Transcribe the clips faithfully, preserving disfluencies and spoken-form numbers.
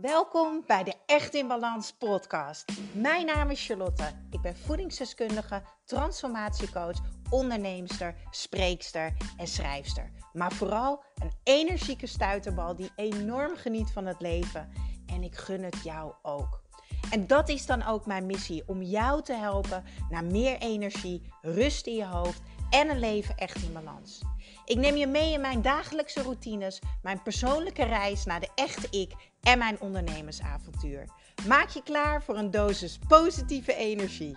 Welkom bij de Echt in Balans podcast. Mijn naam is Charlotte. Ik ben voedingsdeskundige, transformatiecoach, onderneemster, spreekster en schrijfster. Maar vooral een energieke stuiterbal die enorm geniet van het leven. En ik gun het jou ook. En dat is dan ook mijn missie, om jou te helpen naar meer energie, rust in je hoofd en een leven echt in balans. Ik neem je mee in mijn dagelijkse routines, mijn persoonlijke reis naar de echte ik en mijn ondernemersavontuur. Maak je klaar voor een dosis positieve energie.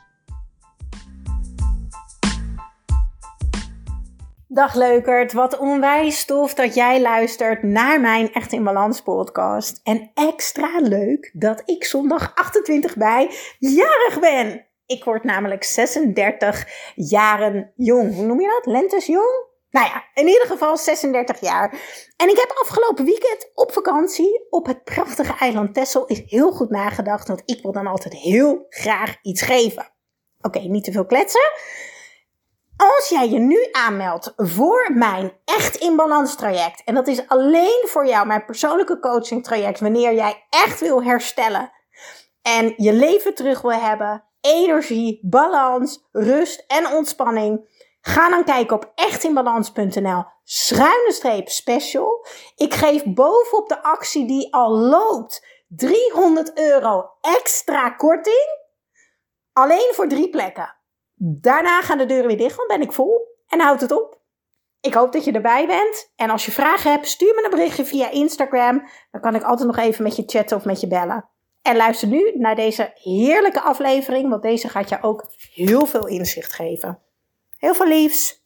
Dag leukert, wat onwijs tof dat jij luistert naar mijn Echt in Balans podcast. En extra leuk dat ik zondag achtentwintig mei jarig ben. Ik word namelijk zesendertig jaren jong. Hoe noem je dat? Lentes jong? Nou ja, in ieder geval zesendertig jaar. En ik heb afgelopen weekend op vakantie op het prachtige eiland Texel is heel goed nagedacht. Want ik wil dan altijd heel graag iets geven. Oké, okay, niet te veel kletsen. Als jij je nu aanmeldt voor mijn Echt in Balans traject. En dat is alleen voor jou mijn persoonlijke coaching traject. Wanneer jij echt wil herstellen. En je leven terug wil hebben. Energie, balans, rust en ontspanning. Ga dan kijken op echtinbalans.nl schuine streep special. Ik geef bovenop de actie die al loopt driehonderd euro extra korting. Alleen voor drie plekken. Daarna gaan de deuren weer dicht, want ben ik vol. En houdt het op. Ik hoop dat je erbij bent. En als je vragen hebt, stuur me een berichtje via Instagram. Dan kan ik altijd nog even met je chatten of met je bellen. En luister nu naar deze heerlijke aflevering, want deze gaat je ook heel veel inzicht geven. Heel veel liefs.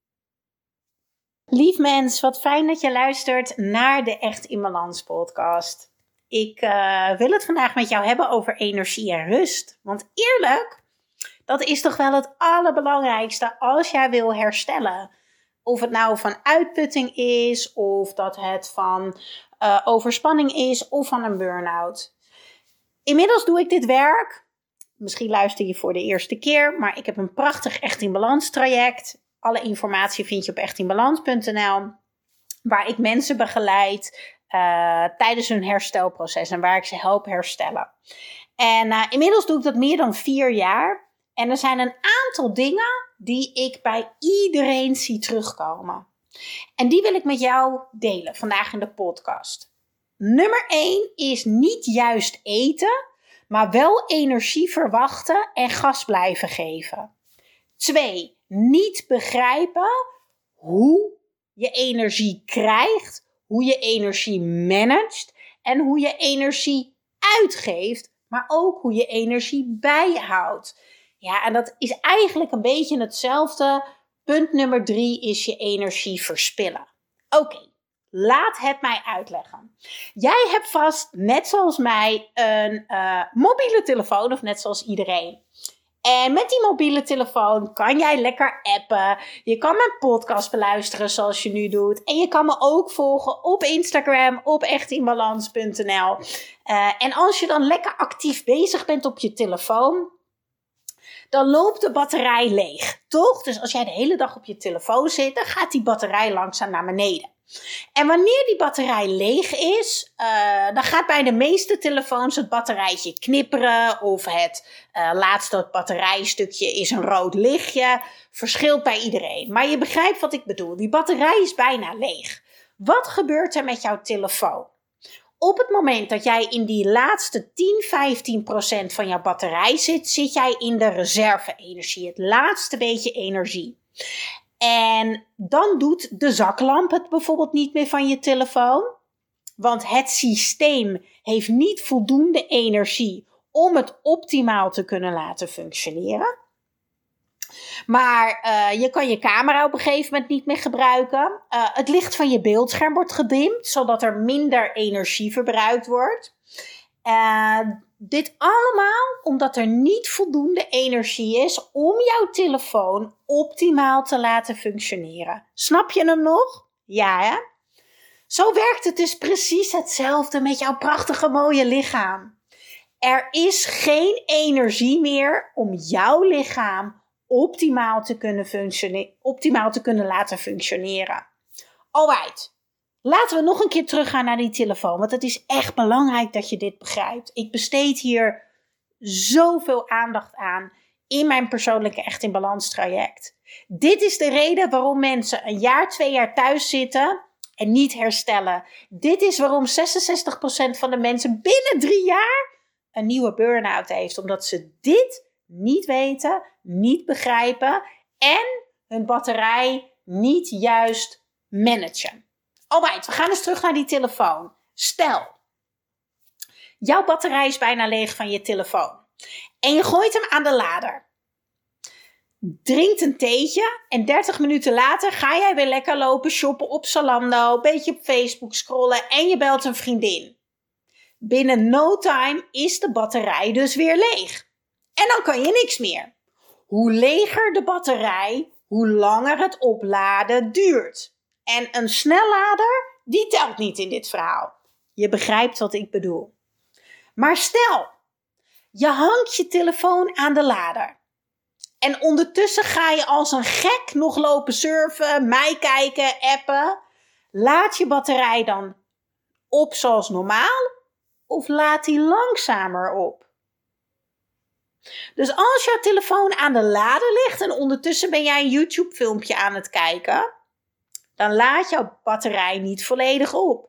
Lief mens, wat fijn dat je luistert naar de Echt in Balans podcast. Ik uh, wil het vandaag met jou hebben over energie en rust. Want eerlijk, dat is toch wel het allerbelangrijkste als jij wil herstellen. Of het nou van uitputting is, of dat het van uh, overspanning is, of van een burn-out. Inmiddels doe ik dit werk. Misschien luister je voor de eerste keer, maar ik heb een prachtig Echt in Balans traject. Alle informatie vind je op echtinbalans punt n l, waar ik mensen begeleid uh, tijdens hun herstelproces en waar ik ze help herstellen. En uh, inmiddels doe ik dat meer dan vier jaar. En er zijn een aantal dingen die ik bij iedereen zie terugkomen. En die wil ik met jou delen vandaag in de podcast. Nummer één is niet juist eten, maar wel energie verwachten en gas blijven geven. Twee, niet begrijpen hoe je energie krijgt, hoe je energie managt en hoe je energie uitgeeft, maar ook hoe je energie bijhoudt. Ja, en dat is eigenlijk een beetje hetzelfde. Punt nummer drie is je energie verspillen. Oké. Okay. Laat het mij uitleggen. Jij hebt vast, net zoals mij, een uh, mobiele telefoon, of net zoals iedereen. En met die mobiele telefoon kan jij lekker appen. Je kan mijn podcast beluisteren zoals je nu doet. En je kan me ook volgen op Instagram, op echtinbalans punt n l. Uh, en als je dan lekker actief bezig bent op je telefoon, dan loopt de batterij leeg, toch? Dus als jij de hele dag op je telefoon zit, dan gaat die batterij langzaam naar beneden. En wanneer die batterij leeg is, uh, dan gaat bij de meeste telefoons het batterijtje knipperen of het uh, laatste batterijstukje is een rood lichtje. Verschilt bij iedereen. Maar je begrijpt wat ik bedoel. Die batterij is bijna leeg. Wat gebeurt er met jouw telefoon? Op het moment dat jij in die laatste tien, vijftien procent van jouw batterij zit, zit jij in de reserve-energie. Het laatste beetje energie. En dan doet de zaklamp het bijvoorbeeld niet meer van je telefoon. Want het systeem heeft niet voldoende energie om het optimaal te kunnen laten functioneren. Maar uh, je kan je camera op een gegeven moment niet meer gebruiken. Uh, het licht van je beeldscherm wordt gedimd, zodat er minder energie verbruikt wordt. Uh, dit allemaal omdat er niet voldoende energie is om jouw telefoon optimaal te laten functioneren. Snap je hem nog? Ja, hè? Zo werkt het dus precies hetzelfde met jouw prachtige mooie lichaam. Er is geen energie meer om jouw lichaam optimaal te kunnen functioneren, optimaal te kunnen laten functioneren. Alright. Laten we nog een keer teruggaan naar die telefoon. Want het is echt belangrijk dat je dit begrijpt. Ik besteed hier zoveel aandacht aan in mijn persoonlijke Echt in Balans traject. Dit is de reden waarom mensen een jaar, twee jaar thuis zitten en niet herstellen. Dit is waarom zesenzestig procent van de mensen binnen drie jaar een nieuwe burn-out heeft. Omdat ze dit niet weten, niet begrijpen en hun batterij niet juist managen. Alright, we gaan eens terug naar die telefoon. Stel, jouw batterij is bijna leeg van je telefoon. En je gooit hem aan de lader. Drinkt een theetje en dertig minuten later ga jij weer lekker lopen shoppen op Zalando. Een beetje op Facebook scrollen en je belt een vriendin. Binnen no time is de batterij dus weer leeg. En dan kan je niks meer. Hoe leger de batterij, hoe langer het opladen duurt. En een snellader, die telt niet in dit verhaal. Je begrijpt wat ik bedoel. Maar stel, je hangt je telefoon aan de lader. En ondertussen ga je als een gek nog lopen surfen, mij kijken, appen. Laat je batterij dan op zoals normaal of laat die langzamer op? Dus als jouw telefoon aan de lader ligt en ondertussen ben jij een YouTube filmpje aan het kijken, dan laat jouw batterij niet volledig op.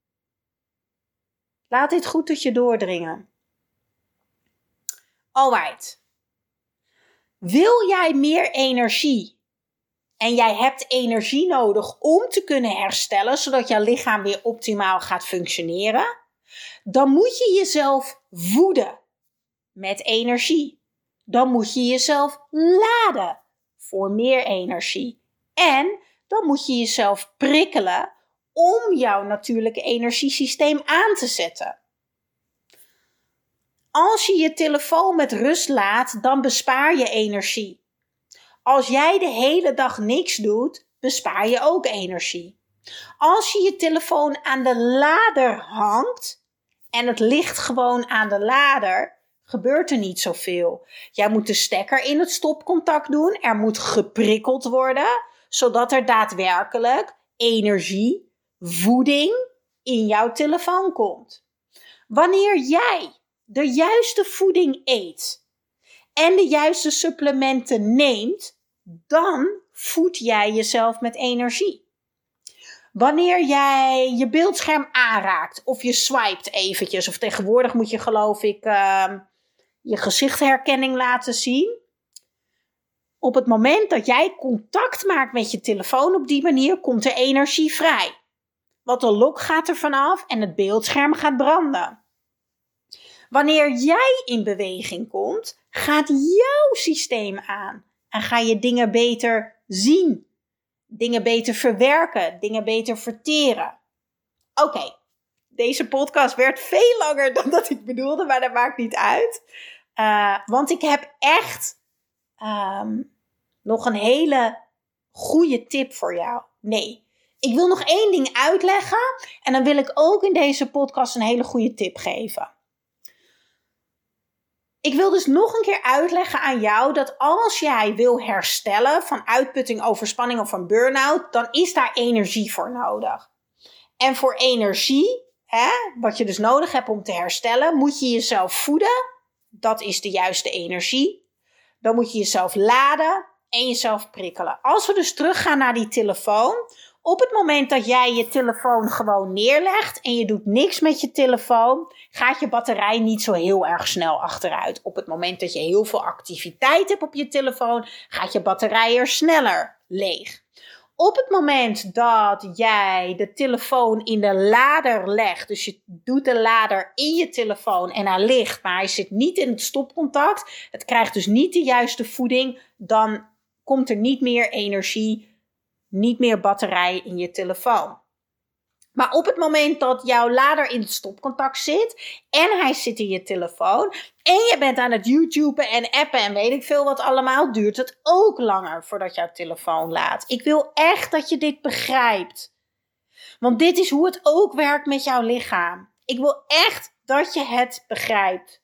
Laat dit goed tot je doordringen. Alright. Wil jij meer energie en jij hebt energie nodig om te kunnen herstellen, zodat jouw lichaam weer optimaal gaat functioneren, dan moet je jezelf voeden met energie. Dan moet je jezelf laden voor meer energie. En dan moet je jezelf prikkelen om jouw natuurlijke energiesysteem aan te zetten. Als je je telefoon met rust laat, dan bespaar je energie. Als jij de hele dag niks doet, bespaar je ook energie. Als je je telefoon aan de lader hangt en het ligt gewoon aan de lader, gebeurt er niet zoveel. Jij moet de stekker in het stopcontact doen. Er moet geprikkeld worden, zodat er daadwerkelijk energie, voeding in jouw telefoon komt. Wanneer jij de juiste voeding eet en de juiste supplementen neemt, dan voed jij jezelf met energie. Wanneer jij je beeldscherm aanraakt of je swipet eventjes, of tegenwoordig moet je geloof ik uh, je gezichtherkenning laten zien. Op het moment dat jij contact maakt met je telefoon op die manier, komt er energie vrij. Want de lok gaat er vanaf en het beeldscherm gaat branden. Wanneer jij in beweging komt, gaat jouw systeem aan. En ga je dingen beter zien. Dingen beter verwerken. Dingen beter verteren. Oké, okay, deze podcast werd veel langer dan dat ik bedoelde, maar dat maakt niet uit. Uh, want ik heb echt um, nog een hele goede tip voor jou. Nee, ik wil nog één ding uitleggen. En dan wil ik ook in deze podcast een hele goede tip geven. Ik wil dus nog een keer uitleggen aan jou dat als jij wil herstellen van uitputting, overspanning of van burn-out, dan is daar energie voor nodig. En voor energie, hè, wat je dus nodig hebt om te herstellen, moet je jezelf voeden. Dat is de juiste energie. Dan moet je jezelf laden en jezelf prikkelen. Als we dus teruggaan naar die telefoon, op het moment dat jij je telefoon gewoon neerlegt en je doet niks met je telefoon, gaat je batterij niet zo heel erg snel achteruit. Op het moment dat je heel veel activiteit hebt op je telefoon, gaat je batterij er sneller leeg. Op het moment dat jij de telefoon in de lader legt, dus je doet de lader in je telefoon en hij ligt, maar hij zit niet in het stopcontact, het krijgt dus niet de juiste voeding, dan komt er niet meer energie, niet meer batterij in je telefoon. Maar op het moment dat jouw lader in het stopcontact zit en hij zit in je telefoon en je bent aan het YouTuben en appen en weet ik veel wat allemaal, duurt het ook langer voordat jouw telefoon laat. Ik wil echt dat je dit begrijpt. Want dit is hoe het ook werkt met jouw lichaam. Ik wil echt dat je het begrijpt.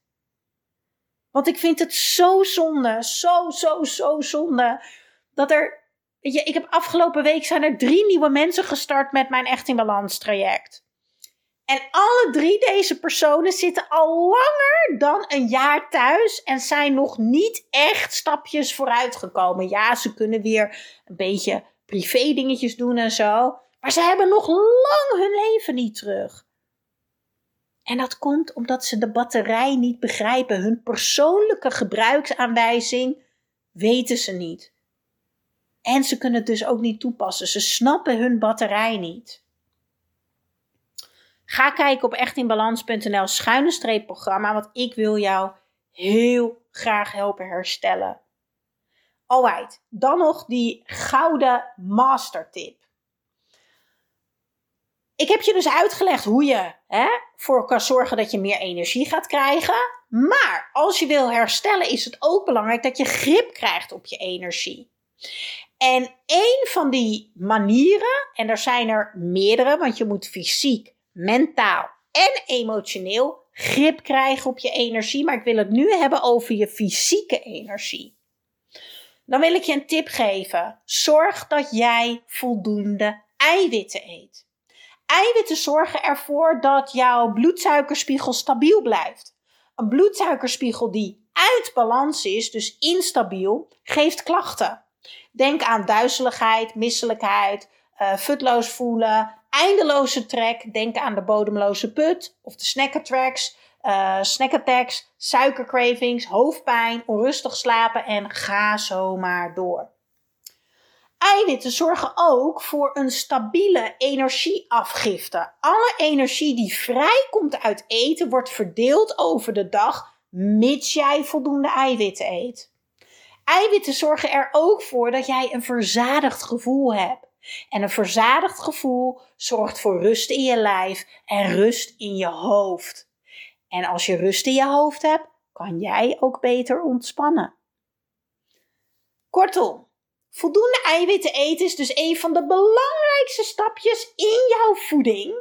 Want ik vind het zo zonde, zo, zo, zo zonde, dat er Weet je, ik heb afgelopen week zijn er drie nieuwe mensen gestart met mijn Echt in Balans traject. En alle drie deze personen zitten al langer dan een jaar thuis en zijn nog niet echt stapjes vooruit gekomen. Ja, ze kunnen weer een beetje privé dingetjes doen en zo. Maar ze hebben nog lang hun leven niet terug. En dat komt omdat ze de batterij niet begrijpen. Hun persoonlijke gebruiksaanwijzing weten ze niet. En ze kunnen het dus ook niet toepassen. Ze snappen hun batterij niet. Ga kijken op echtinbalans punt n l schuine streep programma, want ik wil jou heel graag helpen herstellen. Alright, dan nog die gouden mastertip. Ik heb je dus uitgelegd hoe je hè, voor kan zorgen dat je meer energie gaat krijgen. Maar als je wil herstellen is het ook belangrijk dat je grip krijgt op je energie. En één van die manieren, en er zijn er meerdere, want je moet fysiek, mentaal en emotioneel grip krijgen op je energie. Maar ik wil het nu hebben over je fysieke energie. Dan wil ik je een tip geven. Zorg dat jij voldoende eiwitten eet. Eiwitten zorgen ervoor dat jouw bloedsuikerspiegel stabiel blijft. Een bloedsuikerspiegel die uit balans is, dus instabiel, geeft klachten. Denk aan duizeligheid, misselijkheid, uh, futloos voelen, eindeloze trek. Denk aan de bodemloze put of de snackattacks, uh, snackattacks, suikercravings, hoofdpijn, onrustig slapen en ga zo maar door. Eiwitten zorgen ook voor een stabiele energieafgifte. Alle energie die vrijkomt uit eten wordt verdeeld over de dag, mits jij voldoende eiwitten eet. Eiwitten zorgen er ook voor dat jij een verzadigd gevoel hebt. En een verzadigd gevoel zorgt voor rust in je lijf en rust in je hoofd. En als je rust in je hoofd hebt, kan jij ook beter ontspannen. Kortom, voldoende eiwitten eten is dus een van de belangrijkste stapjes in jouw voeding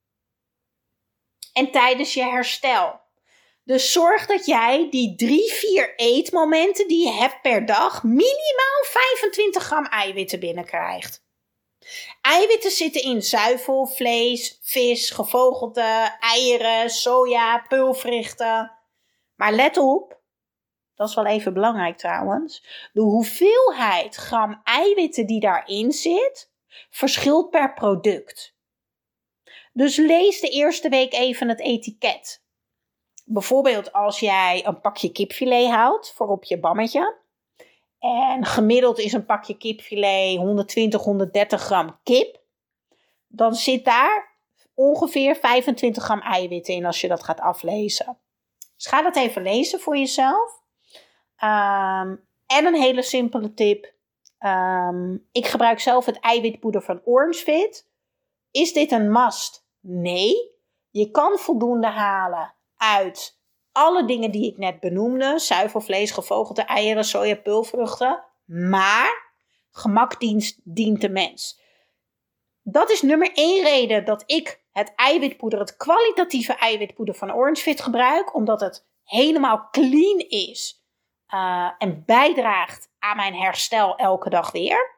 en tijdens je herstel. Dus zorg dat jij die drie, vier eetmomenten die je hebt per dag minimaal vijfentwintig gram eiwitten binnenkrijgt. Eiwitten zitten in zuivel, vlees, vis, gevogelte, eieren, soja, peulvruchten. Maar let op, dat is wel even belangrijk trouwens, de hoeveelheid gram eiwitten die daarin zit, verschilt per product. Dus lees de eerste week even het etiket. Bijvoorbeeld als jij een pakje kipfilet houdt voor op je bammetje. En gemiddeld is een pakje kipfilet honderdtwintig, honderddertig gram kip. Dan zit daar ongeveer vijfentwintig gram eiwitten in als je dat gaat aflezen. Dus ga dat even lezen voor jezelf. Um, en een hele simpele tip. Um, ik gebruik zelf het eiwitpoeder van Orangefit. Is dit een must? Nee. Je kan voldoende halen uit alle dingen die ik net benoemde. Zuivel, vlees, gevogelte, eieren, soja, peulvruchten. Maar gemak dient, dient de mens. Dat is nummer één reden dat ik het eiwitpoeder, het kwalitatieve eiwitpoeder van Orangefit gebruik. Omdat het helemaal clean is. Uh, en bijdraagt aan mijn herstel elke dag weer.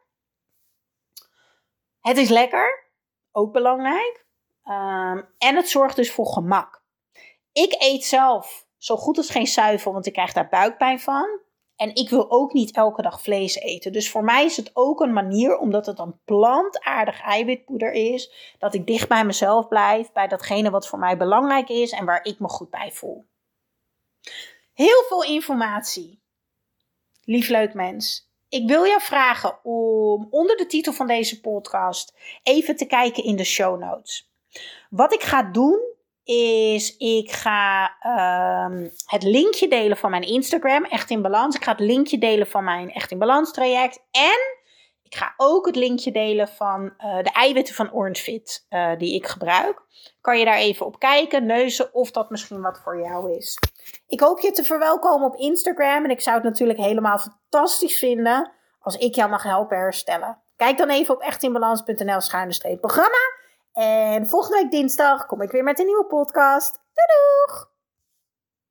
Het is lekker. Ook belangrijk. Um, en het zorgt dus voor gemak. Ik eet zelf zo goed als geen zuivel, want ik krijg daar buikpijn van. En ik wil ook niet elke dag vlees eten. Dus voor mij is het ook een manier, omdat het een plantaardig eiwitpoeder is, dat ik dicht bij mezelf blijf, bij datgene wat voor mij belangrijk is en waar ik me goed bij voel. Heel veel informatie. Lief leuk mens. Ik wil jou vragen om onder de titel van deze podcast even te kijken in de show notes. Wat ik ga doen is, ik ga um, het linkje delen van mijn Instagram, Echt in Balans. Ik ga het linkje delen van mijn Echt in Balans traject. En ik ga ook het linkje delen van uh, de eiwitten van Orangefit uh, die ik gebruik. Kan je daar even op kijken, neuzen of dat misschien wat voor jou is. Ik hoop je te verwelkomen op Instagram. En ik zou het natuurlijk helemaal fantastisch vinden als ik jou mag helpen herstellen. Kijk dan even op echtinbalans punt n l schuine streep programma. En volgende week dinsdag kom ik weer met een nieuwe podcast. Doei doeg!